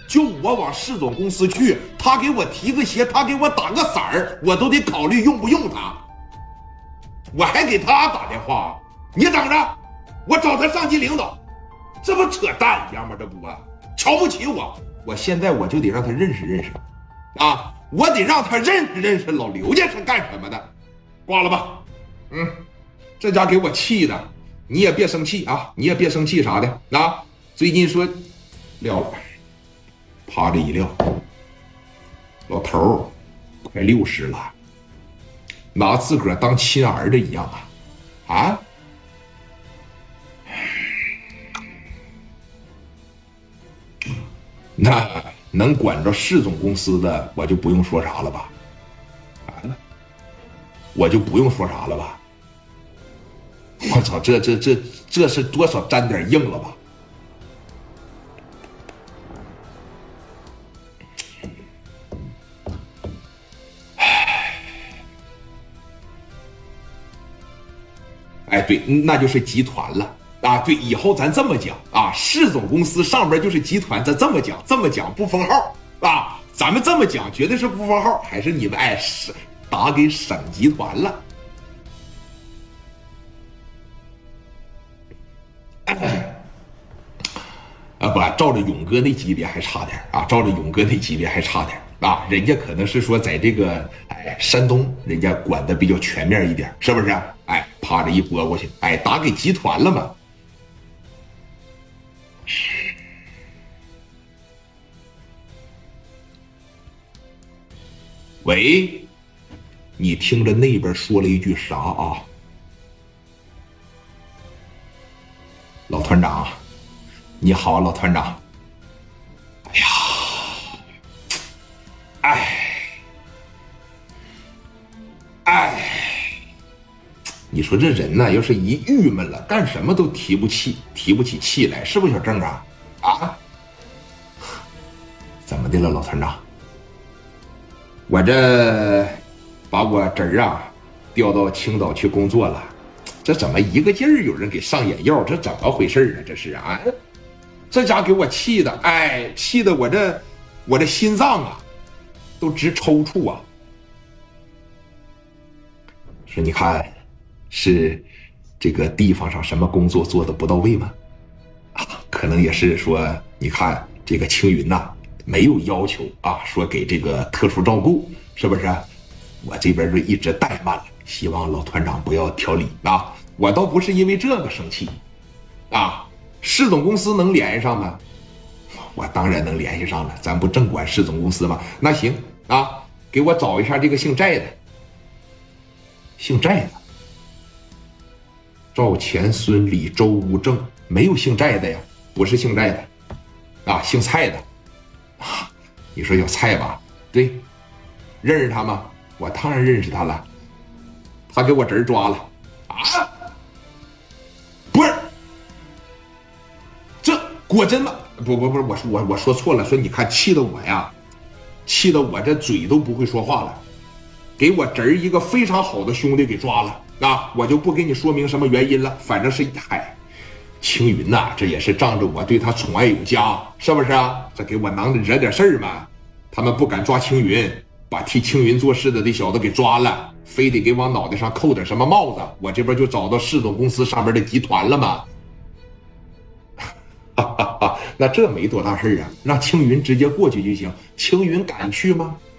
就我往市总公司去，他给我提个鞋，他给我打个色儿，我都得考虑用不用他。我还给他打电话，你等着，我找他上级领导，这不扯淡一样吗？这不瞧不起我，我现在我就得让他认识认识，啊，我得让他认识认识老刘家是干什么的。挂了吧，这家给我气的，你也别生气啊，你也别生气啥的啊。最近说撂了，趴着一撂，老头快60了，拿自个儿当亲儿子一样啊！那能管着市总公司的，我就不用说啥了吧？我就不用说啥了吧？我操，这是多少沾点硬了吧？哎，对，那就是集团了啊！对，以后咱这么讲啊，市总公司上边就是集团，咱这么讲不封号啊，咱们这么讲绝对是不封号，还是你们是打给省集团了？不，照着勇哥那级别还差点啊！照着勇哥那级别还差点啊！人家可能是说在这个山东，人家管的比较全面一点，是不是？趴着一拨过去，打给集团了嘛？喂，你听着那边说了一句啥啊？老团长，你好，老团长。你说这人呢，要是一郁闷了，干什么都提不起气来，是不是小郑啊？啊？怎么的了，老团长？我这把我侄儿啊调到青岛去工作了，这怎么一个劲儿有人给上眼药？这怎么回事啊？这是啊？这家给我气的，气的我这心脏啊都直抽搐啊！说你看。是这个地方上什么工作做的不到位吗？可能也是说，你看这个青云呐，没有要求啊，说给这个特殊照顾，是不是？我这边就一直怠慢了，希望老团长不要挑理啊！我倒不是因为这个生气，啊，市总公司能联系上吗？我当然能联系上了，咱不正管市总公司吗？那行啊，给我找一下这个姓寨的，姓寨的。赵钱孙李周吴郑，没有姓寨的呀，不是姓寨的，啊，姓蔡的，啊，你说叫蔡吧？对，认识他吗？我当然认识他了，他给我侄儿抓了，啊，不是，这果真吗？不，我说错了，说你看气得我呀，气得我这嘴都不会说话了，给我侄儿一个非常好的兄弟给抓了。啊，我就不给你说明什么原因了，反正是青云呐，这也是仗着我对他宠爱有加，是不是啊？这给我囊惹点事儿嘛，他们不敢抓青云，把替青云做事的这小子给抓了，非得给往脑袋上扣点什么帽子，我这边就找到市总公司上边的集团了嘛。那这没多大事啊，让青云直接过去就行。青云敢去吗？